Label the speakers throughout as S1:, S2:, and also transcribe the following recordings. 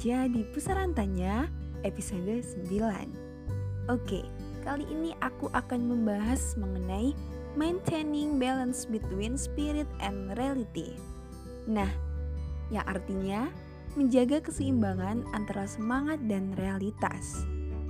S1: Remaja di Pusaran Tanya episode 9. Oke, kali ini aku akan membahas mengenai maintaining balance between spirit and reality. Nah, yang artinya menjaga keseimbangan antara semangat dan realitas.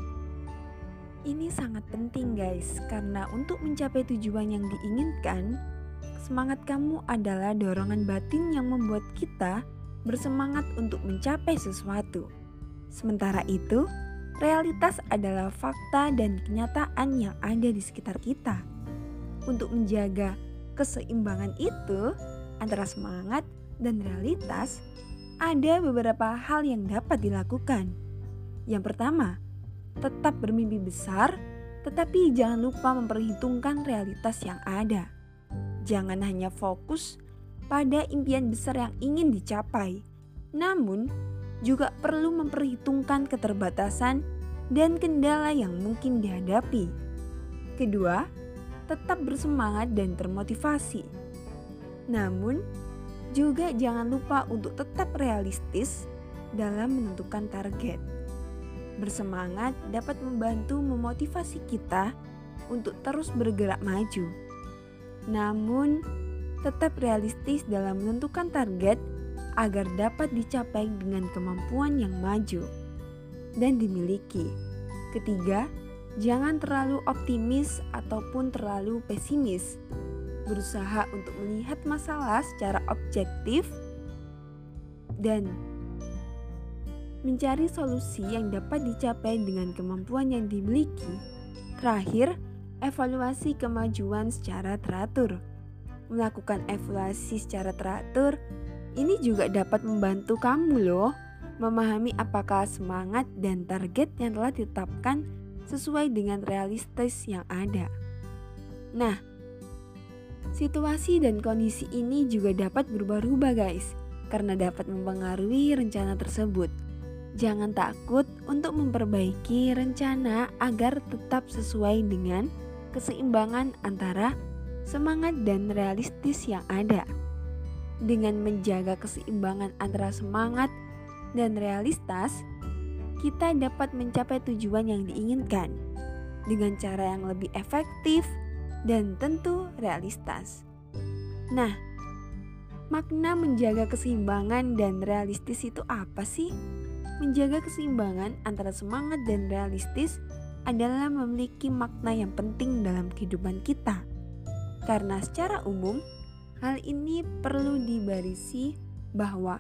S1: Ini sangat penting guys, karena untuk mencapai tujuan yang diinginkan, semangat kamu adalah dorongan batin yang membuat kita bersemangat untuk mencapai sesuatu. Sementara itu, realitas adalah fakta dan kenyataan yang ada di sekitar kita. Untuk menjaga keseimbangan itu antara semangat dan realitas, ada beberapa hal yang dapat dilakukan. Yang pertama, tetap bermimpi besar, tetapi jangan lupa memperhitungkan realitas yang ada. Jangan hanya fokus pada impian besar yang ingin dicapai, namun juga perlu memperhitungkan keterbatasan dan kendala yang mungkin dihadapi. Kedua, tetap bersemangat dan termotivasi. Namun, juga jangan lupa untuk tetap realistis dalam menentukan target. Bersemangat dapat membantu memotivasi kita untuk terus bergerak maju. Namun, tetap realistis dalam menentukan target agar dapat dicapai dengan kemampuan yang maju dan dimiliki. Ketiga, jangan terlalu optimis ataupun terlalu pesimis. Berusaha untuk melihat masalah secara objektif dan mencari solusi yang dapat dicapai dengan kemampuan yang dimiliki. Terakhir, evaluasi kemajuan secara teratur. Melakukan evaluasi secara teratur ini juga dapat membantu kamu loh memahami apakah semangat dan target yang telah ditetapkan sesuai dengan realistis yang ada. Nah, situasi dan kondisi ini juga dapat berubah-ubah guys, karena dapat mempengaruhi rencana tersebut. Jangan takut untuk memperbaiki rencana agar tetap sesuai dengan keseimbangan antara semangat dan realistis yang ada. Dengan menjaga keseimbangan antara semangat dan realitas, kita dapat mencapai tujuan yang diinginkan dengan cara yang lebih efektif dan tentu realistis. Nah, makna menjaga keseimbangan dan realistis itu apa sih? Menjaga keseimbangan antara semangat dan realistis adalah memiliki makna yang penting dalam kehidupan kita. Karena secara umum, hal ini perlu dibarisi bahwa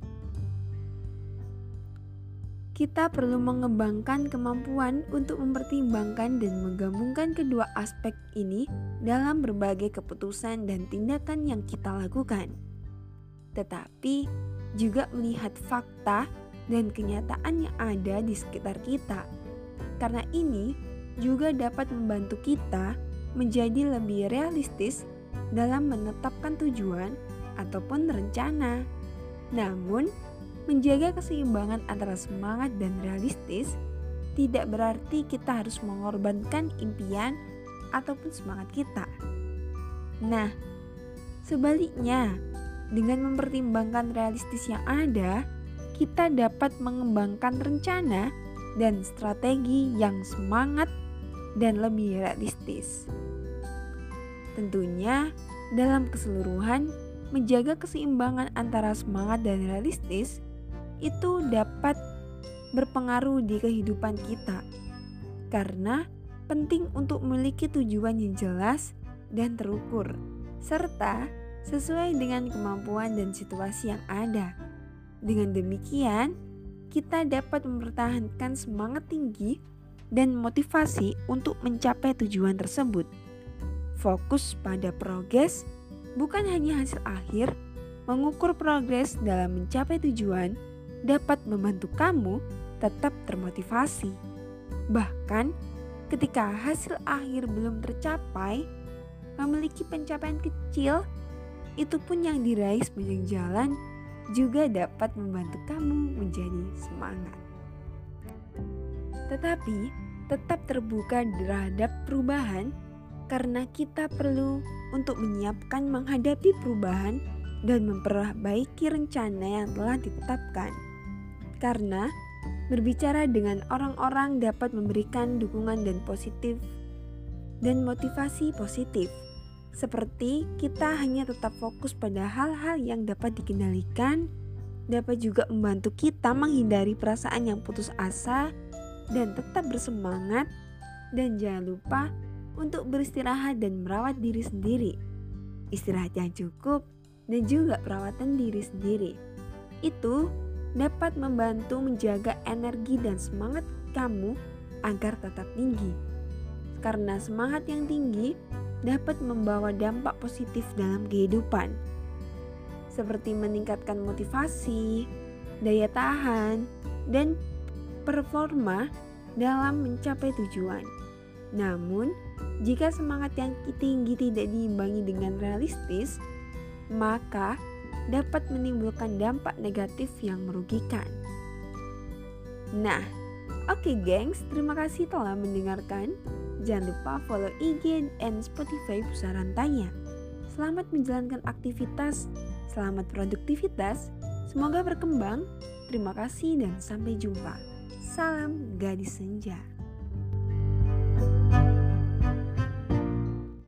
S1: kita perlu mengembangkan kemampuan untuk mempertimbangkan dan menggabungkan kedua aspek ini dalam berbagai keputusan dan tindakan yang kita lakukan. Tetapi juga melihat fakta dan kenyataan yang ada di sekitar kita. Karena ini juga dapat membantu kita menjadi lebih realistis dalam menetapkan tujuan ataupun rencana. Namun, menjaga keseimbangan antara semangat dan realistis tidak berarti kita harus mengorbankan impian ataupun semangat kita. Nah, sebaliknya, dengan mempertimbangkan realistis yang ada, kita dapat mengembangkan rencana dan strategi yang semangat dan lebih realistis. Tentunya, dalam keseluruhan, menjaga keseimbangan antara semangat dan realistis itu dapat berpengaruh di kehidupan kita. Karena penting untuk memiliki tujuan yang jelas dan terukur, serta sesuai dengan kemampuan dan situasi yang ada. Dengan demikian, kita dapat mempertahankan semangat tinggi dan motivasi untuk mencapai tujuan tersebut. Fokus pada progres, bukan hanya hasil akhir. Mengukur progres dalam mencapai tujuan dapat membantu kamu tetap termotivasi. Bahkan ketika hasil akhir belum tercapai, memiliki pencapaian kecil itu pun yang diraih sepanjang jalan juga dapat membantu kamu menjadi semangat. Tetapi tetap terbuka terhadap perubahan, karena kita perlu untuk menyiapkan menghadapi perubahan dan memperbaiki rencana yang telah ditetapkan. Karena berbicara dengan orang-orang dapat memberikan dukungan dan motivasi positif. Seperti kita hanya tetap fokus pada hal-hal yang dapat dikendalikan, dapat juga membantu kita menghindari perasaan yang putus asa dan tetap bersemangat, dan jangan lupa untuk beristirahat dan merawat diri sendiri. Istirahat yang cukup dan juga perawatan diri sendiri. Itu dapat membantu menjaga energi dan semangat kamu agar tetap tinggi. Karena semangat yang tinggi dapat membawa dampak positif dalam kehidupan, seperti meningkatkan motivasi, daya tahan, dan performa dalam mencapai tujuan. Namun, jika semangat yang tinggi tidak diimbangi dengan realistis, maka dapat menimbulkan dampak negatif yang merugikan. Nah, oke gengs, terima kasih telah mendengarkan. Jangan lupa follow IG dan Spotify Pusaran Tanya. Selamat menjalankan aktivitas, selamat produktivitas, semoga berkembang. Terima kasih dan sampai jumpa. Salam gadis senja.